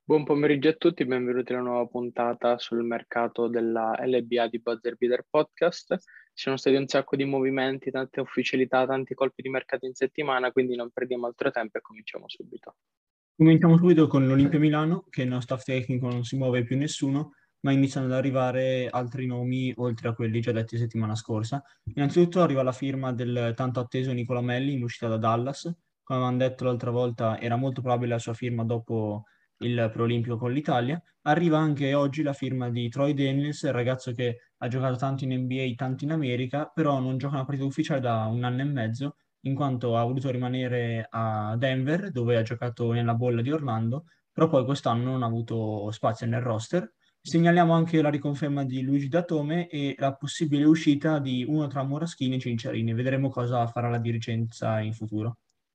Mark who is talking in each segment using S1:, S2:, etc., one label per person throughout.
S1: Buon pomeriggio a tutti, benvenuti a una nuova puntata sul mercato della LBA di Buzzer Beater Podcast. Ci sono stati un sacco di movimenti, tante ufficialità, tanti colpi di mercato in settimana, quindi non perdiamo altro tempo e cominciamo subito.
S2: Cominciamo subito con l'Olimpia Milano, che nello staff tecnico non si muove più nessuno, ma iniziano ad arrivare altri nomi oltre a quelli già detti settimana scorsa. Innanzitutto arriva la firma del tanto atteso Nicola Melli in uscita da Dallas. Come avevamo detto l'altra volta, era molto probabile la sua firma dopo il preolimpico con l'Italia. Arriva anche oggi la firma di Troy Daniels, il ragazzo che ha giocato tanto in NBA, tanto in America, però non gioca una partita ufficiale da un anno e mezzo in quanto ha voluto rimanere a Denver, dove ha giocato nella bolla di Orlando, però poi quest'anno non ha avuto spazio nel roster. Segnaliamo anche la riconferma di Luigi Datome e la possibile uscita di uno tra Moraschini e Cinciarini. Vedremo cosa farà la dirigenza in futuro.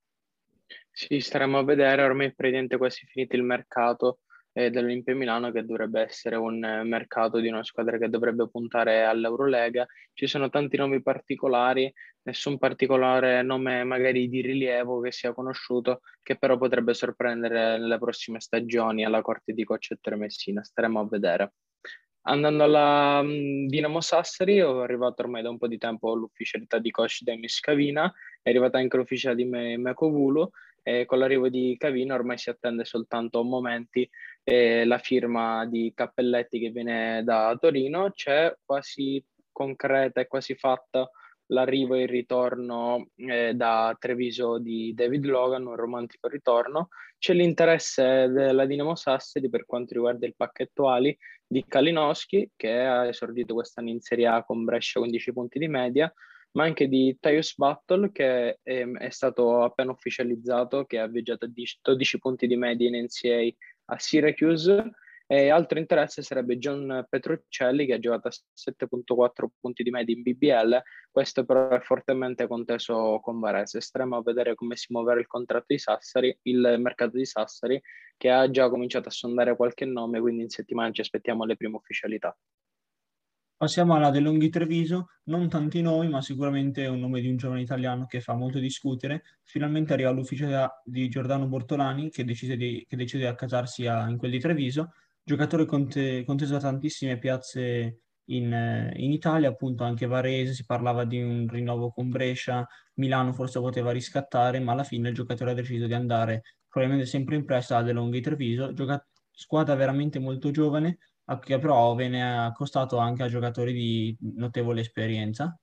S1: Sì, staremo a vedere, ormai è praticamente quasi finito il mercato dell'Olimpia Milano, che dovrebbe essere un mercato di una squadra che dovrebbe puntare all'Eurolega. Ci sono tanti nomi particolari, nessun particolare nome magari di rilievo che sia conosciuto, che però potrebbe sorprendere nelle prossime stagioni alla corte di coach Ettore Messina. Staremo a vedere. Andando alla Dinamo Sassari, ho arrivato ormai da un po' di tempo l'ufficialità di coach Demis Cavina, è arrivata anche l'ufficialità di Mekovulu, e con l'arrivo di Cavina ormai si attende soltanto momenti la firma di Cappelletti che viene da Torino. C'è quasi concreta e quasi fatta l'arrivo e il ritorno da Treviso di David Logan, un romantico ritorno. C'è l'interesse della Dinamo Sassari per quanto riguarda il pacchetto Ali di Kalinowski, che ha esordito quest'anno in Serie A con Brescia 15 punti di media, ma anche di Tyus Battle, che è stato appena ufficializzato, che ha viaggiato a 12 punti di media in NCAA a Syracuse. E altro interesse sarebbe John Petruccelli, che ha giocato a 7,4 punti di media in BBL. Questo però è fortemente conteso con Varese. Staremo a vedere come si muoverà il contratto di Sassari, il mercato di Sassari, che ha già cominciato a sondare qualche nome, quindi in settimana ci aspettiamo le prime ufficialità.
S2: Passiamo alla De Longhi Treviso, non tanti nomi, ma sicuramente un nome di un giovane italiano che fa molto discutere. Finalmente arriva all'ufficialità di Giordano Bortolani, che decide di accasarsi in quel di Treviso, giocatore conteso da tantissime piazze in Italia, appunto anche Varese, si parlava di un rinnovo con Brescia, Milano forse poteva riscattare, ma alla fine il giocatore ha deciso di andare probabilmente sempre in prestito a De Longhi Treviso, squadra veramente molto giovane che però viene accostato anche a giocatori di notevole esperienza.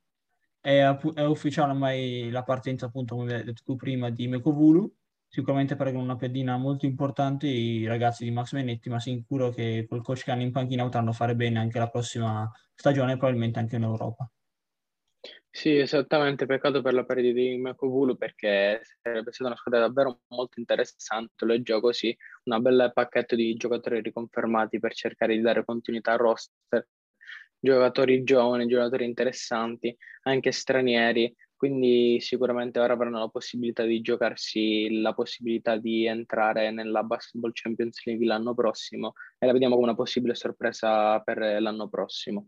S2: È ufficiale ormai la partenza, appunto, come hai detto tu prima, di Mekovulu. Sicuramente prendono una pedina molto importante i ragazzi di Max Menetti, ma sicuro che col coach che hanno in panchina potranno fare bene anche la prossima stagione, probabilmente anche in Europa.
S1: Sì, esattamente, peccato per la perdita di Mekovulu, perché sarebbe stata una squadra davvero molto interessante, lo è già così, una bella pacchetto di giocatori riconfermati per cercare di dare continuità al roster, giocatori giovani, giocatori interessanti, anche stranieri, quindi sicuramente ora avranno la possibilità di giocarsi la possibilità di entrare nella Basketball Champions League l'anno prossimo, e la vediamo come una possibile sorpresa per l'anno prossimo.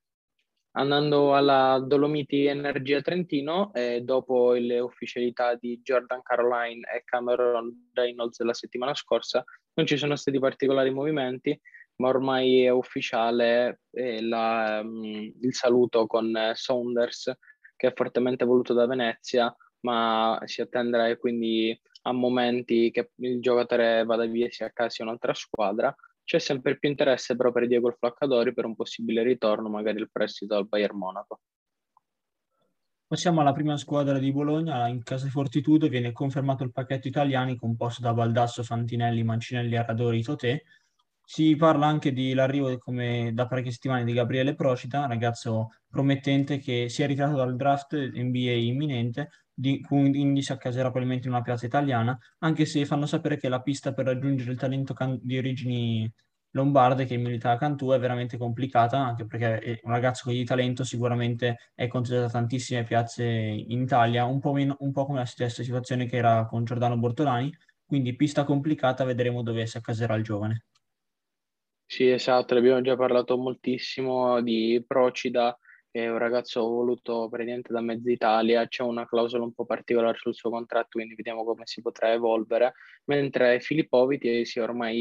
S1: Andando alla Dolomiti Energia Trentino, dopo le ufficialità di Jordan Caroline e Cameron Reynolds la settimana scorsa, non ci sono stati particolari movimenti, ma ormai è ufficiale il saluto con Saunders, che è fortemente voluto da Venezia, ma si attenderà quindi a momenti che il giocatore vada via, sia a casa un'altra squadra. C'è sempre più interesse però per Diego Flaccadori per un possibile ritorno, magari il prestito al Bayern Monaco.
S2: Passiamo alla prima squadra di Bologna, in casa di Fortitudo viene confermato il pacchetto italiani composto da Baldasso, Fantinelli, Mancinelli, Aradori, Totè. Si parla anche dell'arrivo come da parecchie settimane di Gabriele Procida, ragazzo promettente che si è ritirato dal draft NBA imminente, quindi si accaserà probabilmente in una piazza italiana, anche se fanno sapere che la pista per raggiungere il talento di origini lombarde che milita a Cantù è veramente complicata, anche perché è un ragazzo di talento sicuramente è conteso da tantissime piazze in Italia, un po' come la stessa situazione che era con Giordano Bortolani, quindi pista complicata, vedremo dove si accaserà il giovane.
S1: Sì, esatto, ne abbiamo già parlato moltissimo di Procida, che è un ragazzo voluto praticamente da mezza Italia, c'è una clausola un po' particolare sul suo contratto, quindi vediamo come si potrà evolvere, mentre Filippoviti si è ormai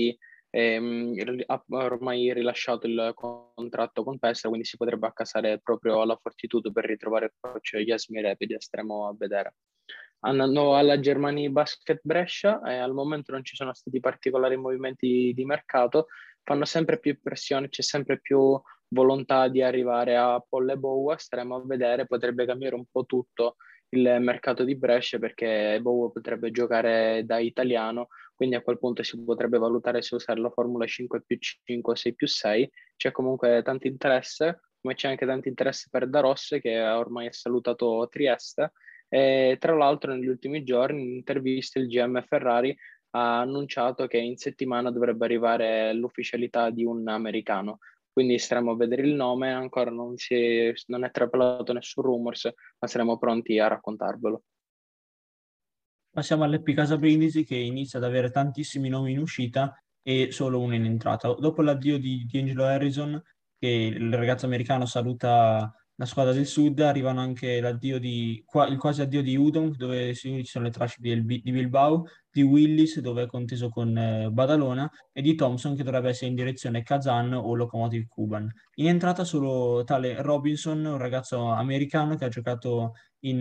S1: ha ormai rilasciato il contratto con Pesaro, quindi si potrebbe accasare proprio alla Fortitudo per ritrovare il coach Yasmir Repidi, staremo a vedere. Andando alla Germania Basket Brescia, al momento non ci sono stati particolari movimenti di mercato, fanno sempre più pressione, c'è sempre più volontà di arrivare a Polle Boua, staremo a vedere, potrebbe cambiare un po' tutto il mercato di Brescia perché Boua potrebbe giocare da italiano, quindi a quel punto si potrebbe valutare se usare la Formula 5 più 5 o 6 più 6, c'è comunque tanto interesse, come c'è anche tanto interesse per Da Rosse che ormai ha salutato Trieste, e tra l'altro negli ultimi giorni in intervista il GM Ferrari ha annunciato che in settimana dovrebbe arrivare l'ufficialità di un americano, quindi staremo a vedere il nome, ancora non è trapelato nessun rumors, ma saremo pronti a raccontarvelo.
S2: Passiamo all'Epicasa Brindisi che inizia ad avere tantissimi nomi in uscita e solo uno in entrata. Dopo l'addio di Angelo Harrison, che il ragazzo americano saluta la squadra del sud, arrivano anche il quasi addio di Udom, dove ci sono le tracce di Bilbao, di Willis, dove è conteso con Badalona, e di Thompson, che dovrebbe essere in direzione Kazan o Lokomotiv Kuban. In entrata solo tale Robinson, un ragazzo americano che ha giocato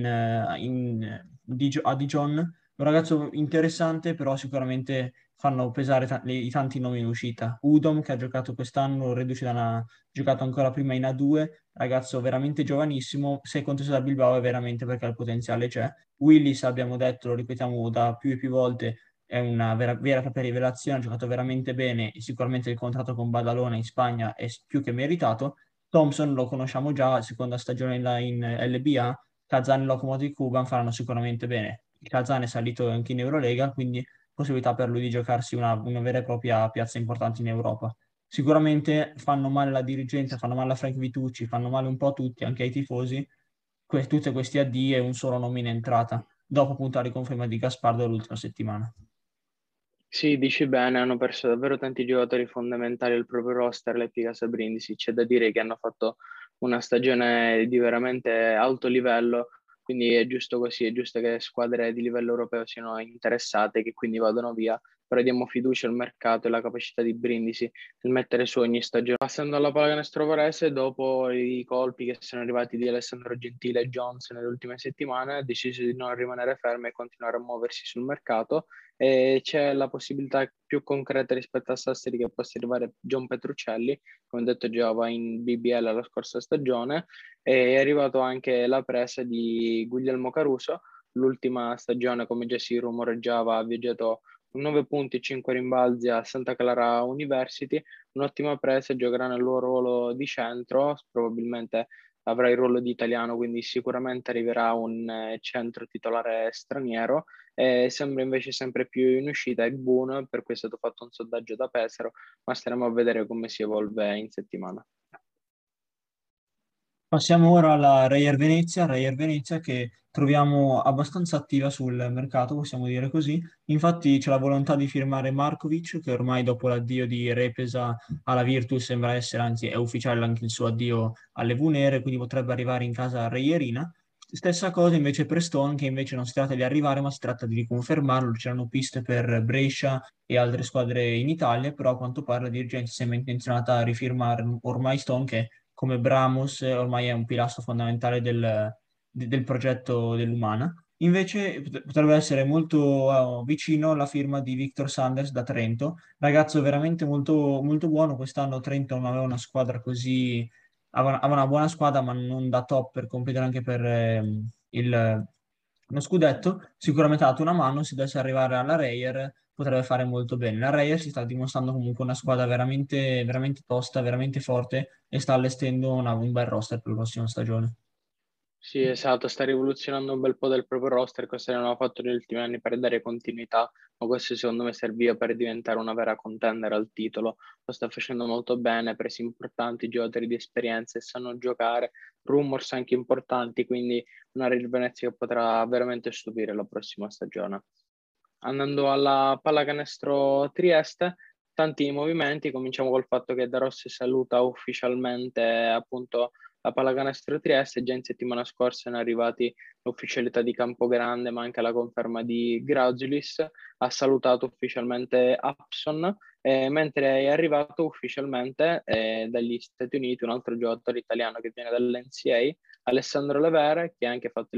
S2: a Dijon, un ragazzo interessante, però sicuramente fanno pesare i tanti nomi in uscita. Udom, che ha giocato quest'anno, reduce giocato ancora prima in A2, ragazzo veramente giovanissimo, se conteso da Bilbao è veramente perché il potenziale c'è. Willis, abbiamo detto, lo ripetiamo da più e più volte, è una vera e propria rivelazione, ha giocato veramente bene e sicuramente il contratto con Badalona in Spagna è più che meritato. Thompson lo conosciamo già, seconda stagione in LBA, Kazan e Lokomotiv Kuban faranno sicuramente bene. Il Kazan è salito anche in Eurolega, quindi possibilità per lui di giocarsi una vera e propria piazza importante in Europa. Sicuramente fanno male la dirigenza, fanno male a Frank Vitucci, fanno male un po' a tutti, anche ai tifosi, tutti questi addii e un solo nome in entrata, dopo appunto la riconferma di Gaspardo l'ultima settimana.
S1: Sì, dici bene, hanno perso davvero tanti giocatori fondamentali al proprio roster, le Picasa Brindisi. C'è da dire che hanno fatto una stagione di veramente alto livello, quindi è giusto così, è giusto che squadre di livello europeo siano interessate, che quindi vadano via, però diamo fiducia al mercato e alla capacità di Brindisi nel mettere su ogni stagione. Passando alla pallacanestro Varese, dopo i colpi che sono arrivati di Alessandro Gentile e Jones nelle ultime settimane, ha deciso di non rimanere fermo e continuare a muoversi sul mercato e c'è la possibilità più concreta rispetto a Sassari che possa arrivare John Petruccelli, come detto giocava in BBL la scorsa stagione, e è arrivato anche la presa di Guglielmo Caruso, l'ultima stagione come già si rumoreggiava ha viaggiato 9 punti e 5 rimbalzi a Santa Clara University, un'ottima presa, giocherà nel loro ruolo di centro, probabilmente avrà il ruolo di italiano, quindi sicuramente arriverà un centro titolare straniero. Sembra invece sempre più in uscita e buono, per cui è stato fatto un sondaggio da Pesaro, ma staremo a vedere come si evolve in settimana.
S2: Passiamo ora alla Reyer Venezia che troviamo abbastanza attiva sul mercato, possiamo dire così. Infatti c'è la volontà di firmare Markovic, che ormai dopo l'addio di Repesa alla Virtus sembra essere, anzi è ufficiale anche il suo addio alle Vunere, quindi potrebbe arrivare in casa Reyerina. Stessa cosa invece per Stone, che invece non si tratta di arrivare, ma si tratta di riconfermarlo. C'erano piste per Brescia e altre squadre in Italia, però a quanto pare la dirigenza sembra intenzionata a rifirmare ormai Stone, che come Bramos ormai è un pilastro fondamentale del progetto dell'Umana. Invece potrebbe essere molto vicino alla firma di Victor Sanders da Trento, ragazzo veramente molto, molto buono. Quest'anno Trento non aveva una squadra così, aveva una buona squadra, ma non da top per competere anche per lo scudetto. Sicuramente ha dato una mano, se dovesse arrivare alla Reyer potrebbe fare molto bene. La Reyer si sta dimostrando comunque una squadra veramente, veramente tosta, veramente forte e sta allestendo un bel roster per la prossima stagione.
S1: Sì, esatto, sta rivoluzionando un bel po' del proprio roster, cosa non ha fatto negli ultimi anni per dare continuità, ma questo secondo me serviva per diventare una vera contender al titolo. Lo sta facendo molto bene, presi importanti, giocatori di esperienza e sanno giocare, rumors anche importanti, quindi una Real Venezia che potrà veramente stupire la prossima stagione. Andando alla pallacanestro Trieste, tanti movimenti, cominciamo col fatto che Da Rossi saluta ufficialmente appunto La Pallacanestro Trieste già in settimana scorsa sono arrivati l'ufficialità di Campogrande, ma anche la conferma di Grazulis, ha salutato ufficialmente Upson, mentre è arrivato ufficialmente dagli Stati Uniti un altro giocatore italiano che viene dall'NCAA, Alessandro Levere, che ha anche fatto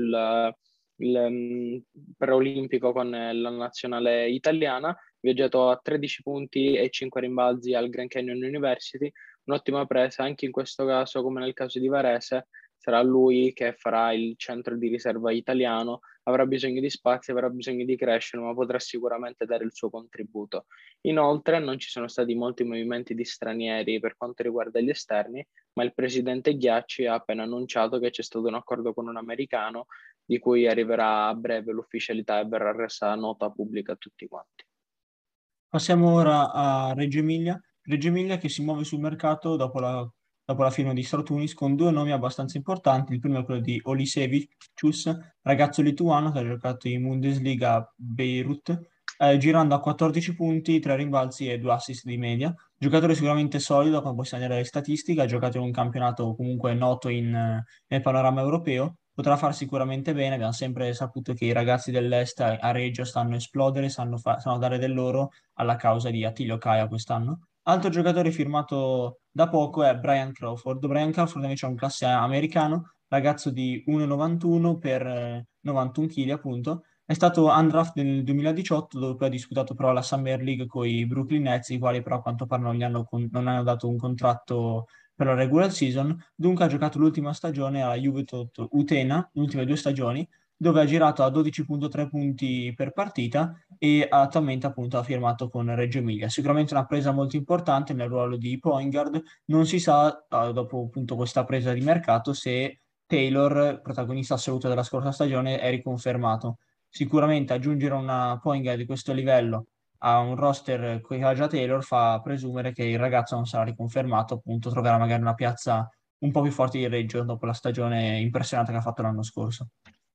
S1: il preolimpico con la nazionale italiana, viaggiato a 13 punti e 5 rimbalzi al Grand Canyon University, un'ottima presa anche in questo caso, come nel caso di Varese, sarà lui che farà il centro di riserva italiano, avrà bisogno di spazio, avrà bisogno di crescere, ma potrà sicuramente dare il suo contributo. Inoltre non ci sono stati molti movimenti di stranieri per quanto riguarda gli esterni, ma il presidente Ghiacci ha appena annunciato che c'è stato un accordo con un americano di cui arriverà a breve l'ufficialità e verrà resa nota pubblica a tutti quanti.
S2: Passiamo ora a Reggio Emilia. Reggio Emilia che si muove sul mercato dopo la firma di Stratunis con due nomi abbastanza importanti. Il primo è quello di Olisevicius, ragazzo lituano che ha giocato in Bundesliga Beirut, girando a 14 punti, 3 rimbalzi e 2 assist di media. Giocatore sicuramente solido, come possiamo vedere le statistiche, ha giocato in un campionato comunque noto nel panorama europeo. Potrà far sicuramente bene, abbiamo sempre saputo che i ragazzi dell'Est a Reggio stanno a esplodere, sanno dare del loro alla causa di Attilio Caia quest'anno. Altro giocatore firmato da poco è Brian Crawford. Brian Crawford invece è un classe americano, ragazzo di 1,91 per 91 kg appunto. È stato undraft nel 2018, dove poi ha disputato però la Summer League con i Brooklyn Nets, i quali però a quanto pare non hanno dato un contratto per la regular season. Dunque ha giocato l'ultima stagione alla Juventus Utena, le ultime 2 stagioni, dove ha girato a 12,3 punti per partita e attualmente appunto ha firmato con Reggio Emilia. Sicuramente una presa molto importante nel ruolo di point guard. Non si sa, dopo appunto questa presa di mercato, se Taylor, protagonista assoluto della scorsa stagione, è riconfermato. Sicuramente aggiungere una point guard di questo livello a un roster che ha già Taylor fa presumere che il ragazzo non sarà riconfermato, appunto troverà magari una piazza un po' più forte di Reggio dopo la stagione impressionante che ha fatto l'anno scorso.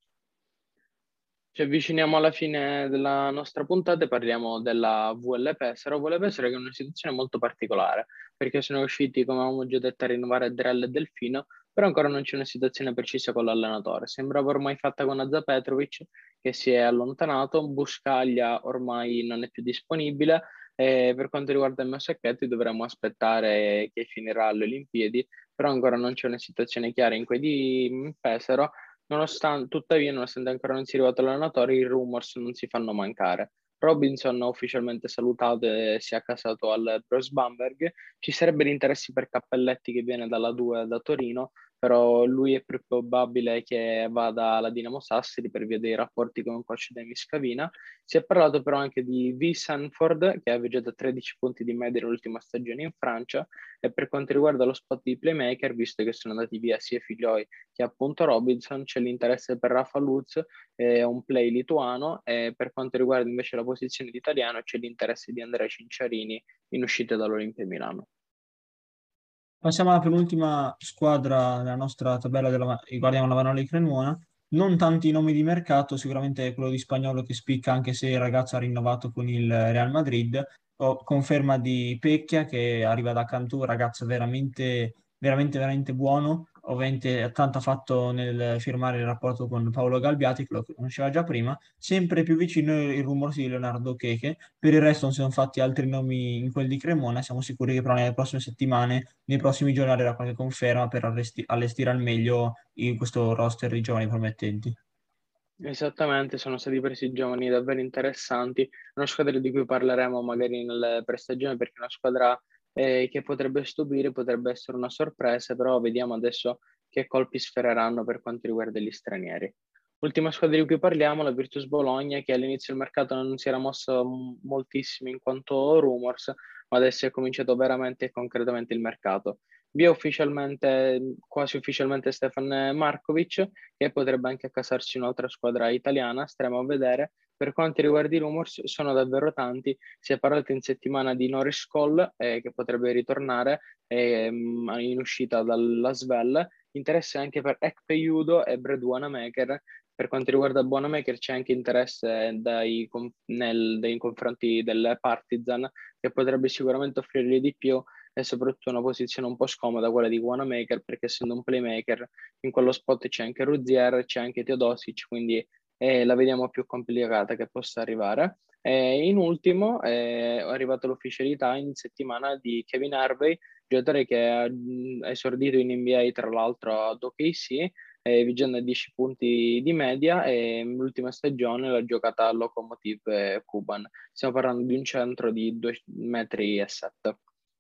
S1: Ci avviciniamo alla fine della nostra puntata e parliamo della VL Pesaro. VL Pesaro che è una situazione molto particolare, perché sono usciti, come avevamo già detto, a rinnovare Drell e Delfino, però ancora non c'è una situazione precisa con l'allenatore. Sembrava ormai fatta con Azza Petrovic, che si è allontanato, Buscaglia ormai non è più disponibile, e per quanto riguarda il Sacchetti dovremmo aspettare che finirà alle Olimpiadi, però ancora non c'è una situazione chiara in cui di Pesaro. Tuttavia, nonostante ancora non sia arrivato l'allenatore, i rumors non si fanno mancare. Robinson ha ufficialmente salutato e si è accasato al Bros Bamberg. Ci sarebbero interessi per Cappelletti che viene dalla 2 da Torino, però lui è più probabile che vada alla Dinamo Sassari per via dei rapporti con il coach Demis Cavina. Si è parlato però anche di V. Sanford, che ha viaggiato a 13 punti di media nell'ultima stagione in Francia, e per quanto riguarda lo spot di playmaker, visto che sono andati via sia Figlioi che appunto Robinson, c'è l'interesse per Rafa Luz, un play lituano, e per quanto riguarda invece la posizione di italiano c'è l'interesse di Andrea Cinciarini in uscita dall'Olimpia Milano.
S2: Passiamo alla penultima squadra della nostra tabella, guardiamo la Vanoli Cremuona. Non tanti nomi di mercato, sicuramente quello di Spagnolo che spicca, anche se il ragazzo ha rinnovato con il Real Madrid. Conferma di Pecchia che arriva da Cantù, ragazzo veramente, veramente, veramente buono. Ovviamente tanto ha fatto nel firmare il rapporto con Paolo Galbiati, che lo conosceva già prima. Sempre più vicino il rumore di Leonardo Cheche. Per il resto non si sono fatti altri nomi in quel di Cremona. Siamo sicuri che però nelle prossime settimane, nei prossimi giorni arriverà qualche conferma per allestire al meglio in questo roster di giovani promettenti.
S1: Esattamente, sono stati presi giovani davvero interessanti, una squadra di cui parleremo magari nelle prestagioni perché è una squadra che potrebbe stupire, potrebbe essere una sorpresa, però vediamo adesso che colpi sfereranno per quanto riguarda gli stranieri. Ultima squadra di cui parliamo, la Virtus Bologna, che all'inizio del mercato non si era mossa moltissimo in quanto rumors, ma adesso è cominciato veramente e concretamente il mercato. Via ufficialmente, quasi ufficialmente Stefan Markovic, che potrebbe anche accasarsi un'altra squadra italiana, staremo a vedere. Per quanto riguarda i rumors, sono davvero tanti. Si è parlato in settimana di Norris Cole, che potrebbe ritornare in uscita dalla Svel. Interesse anche per Ekpe Judo e Brad Wanamaker. Per quanto riguarda Wanamaker c'è anche interesse nei confronti del Partizan, che potrebbe sicuramente offrirgli di più, e soprattutto una posizione un po' scomoda quella di Wanamaker, perché essendo un playmaker in quello spot c'è anche Rozier, c'è anche Teodosic, quindi la vediamo più complicata che possa arrivare. In ultimo è arrivata l'ufficialità in settimana di Kevin Harvey, giocatore che ha esordito in NBA tra l'altro ad OKC, viaggiando a 10 punti di media, e l'ultima stagione l'ha giocata al Lokomotiv Kuban. Stiamo parlando di un centro di 2,7 m.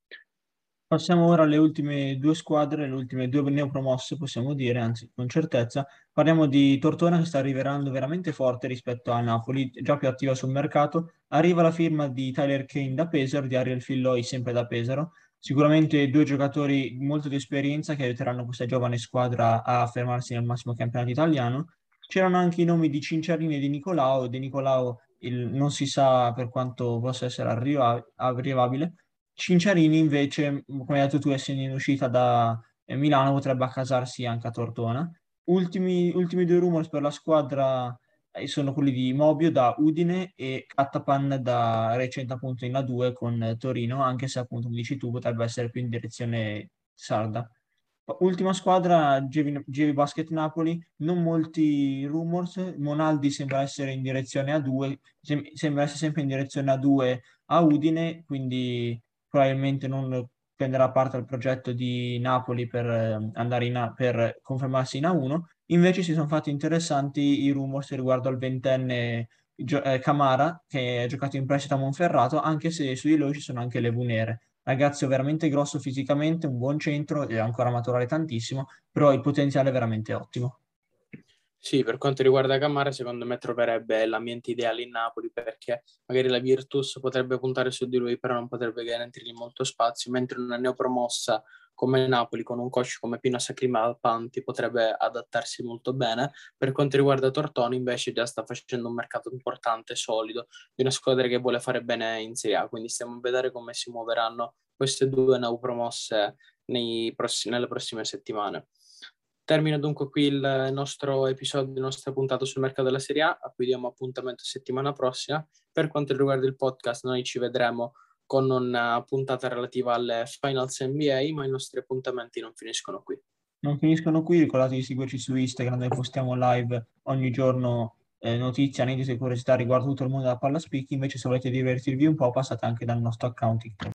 S2: Passiamo ora alle ultime due squadre, le ultime due neopromosse, possiamo dire, anzi con certezza. Parliamo di Tortona che sta arrivando veramente forte rispetto a Napoli, già più attiva sul mercato. Arriva la firma di Tyler Kane da Pesaro, di Ariel Filloi sempre da Pesaro. Sicuramente due giocatori molto di esperienza che aiuteranno questa giovane squadra a fermarsi nel massimo campionato italiano. C'erano anche i nomi di Cinciarini e di Nicolao. Di Nicolao non si sa per quanto possa essere arrivabile. Cinciarini invece, come hai detto tu, essendo in uscita da Milano, potrebbe accasarsi anche a Tortona. Ultimi due rumors per la squadra sono quelli di Mobio da Udine e Kattapan da recente appunto in A2 con Torino, anche se appunto, come dici tu, potrebbe essere più in direzione sarda. Ultima squadra, GV Basket Napoli, non molti rumors, Monaldi sembra essere in direzione A2, sembra essere sempre in direzione A2 a Udine, quindi probabilmente non prenderà parte al progetto di Napoli per andare per confermarsi in A1. Invece si sono fatti interessanti i rumors riguardo al ventenne Camara, che ha giocato in prestito a Monferrato, anche se su di lui ci sono anche le Vunere. Ragazzo veramente grosso fisicamente, un buon centro, deve ancora maturare tantissimo, però il potenziale è veramente ottimo.
S1: Sì, per quanto riguarda Camara, secondo me troverebbe l'ambiente ideale in Napoli, perché magari la Virtus potrebbe puntare su di lui, però non potrebbe garantirgli molto spazio, mentre una neopromossa come Napoli, con un coach come Pino Sacrimalpanti, potrebbe adattarsi molto bene. Per quanto riguarda Tortoni, invece, già sta facendo un mercato importante, solido, di una squadra che vuole fare bene in Serie A, quindi stiamo a vedere come si muoveranno queste due neopromosse nelle prossime settimane. Termina dunque qui il nostro episodio, la nostra puntata sul mercato della Serie A, a cui diamo appuntamento settimana prossima. Per quanto riguarda il podcast, noi ci vedremo con una puntata relativa alle Finals NBA, ma i nostri appuntamenti non finiscono qui.
S2: Non finiscono qui, ricordatevi di seguirci su Instagram dove postiamo live ogni giorno notizie, aneddoti e curiosità riguardo tutto il mondo della palla spicchi. Invece se volete divertirvi un po' passate anche dal nostro account TikTok.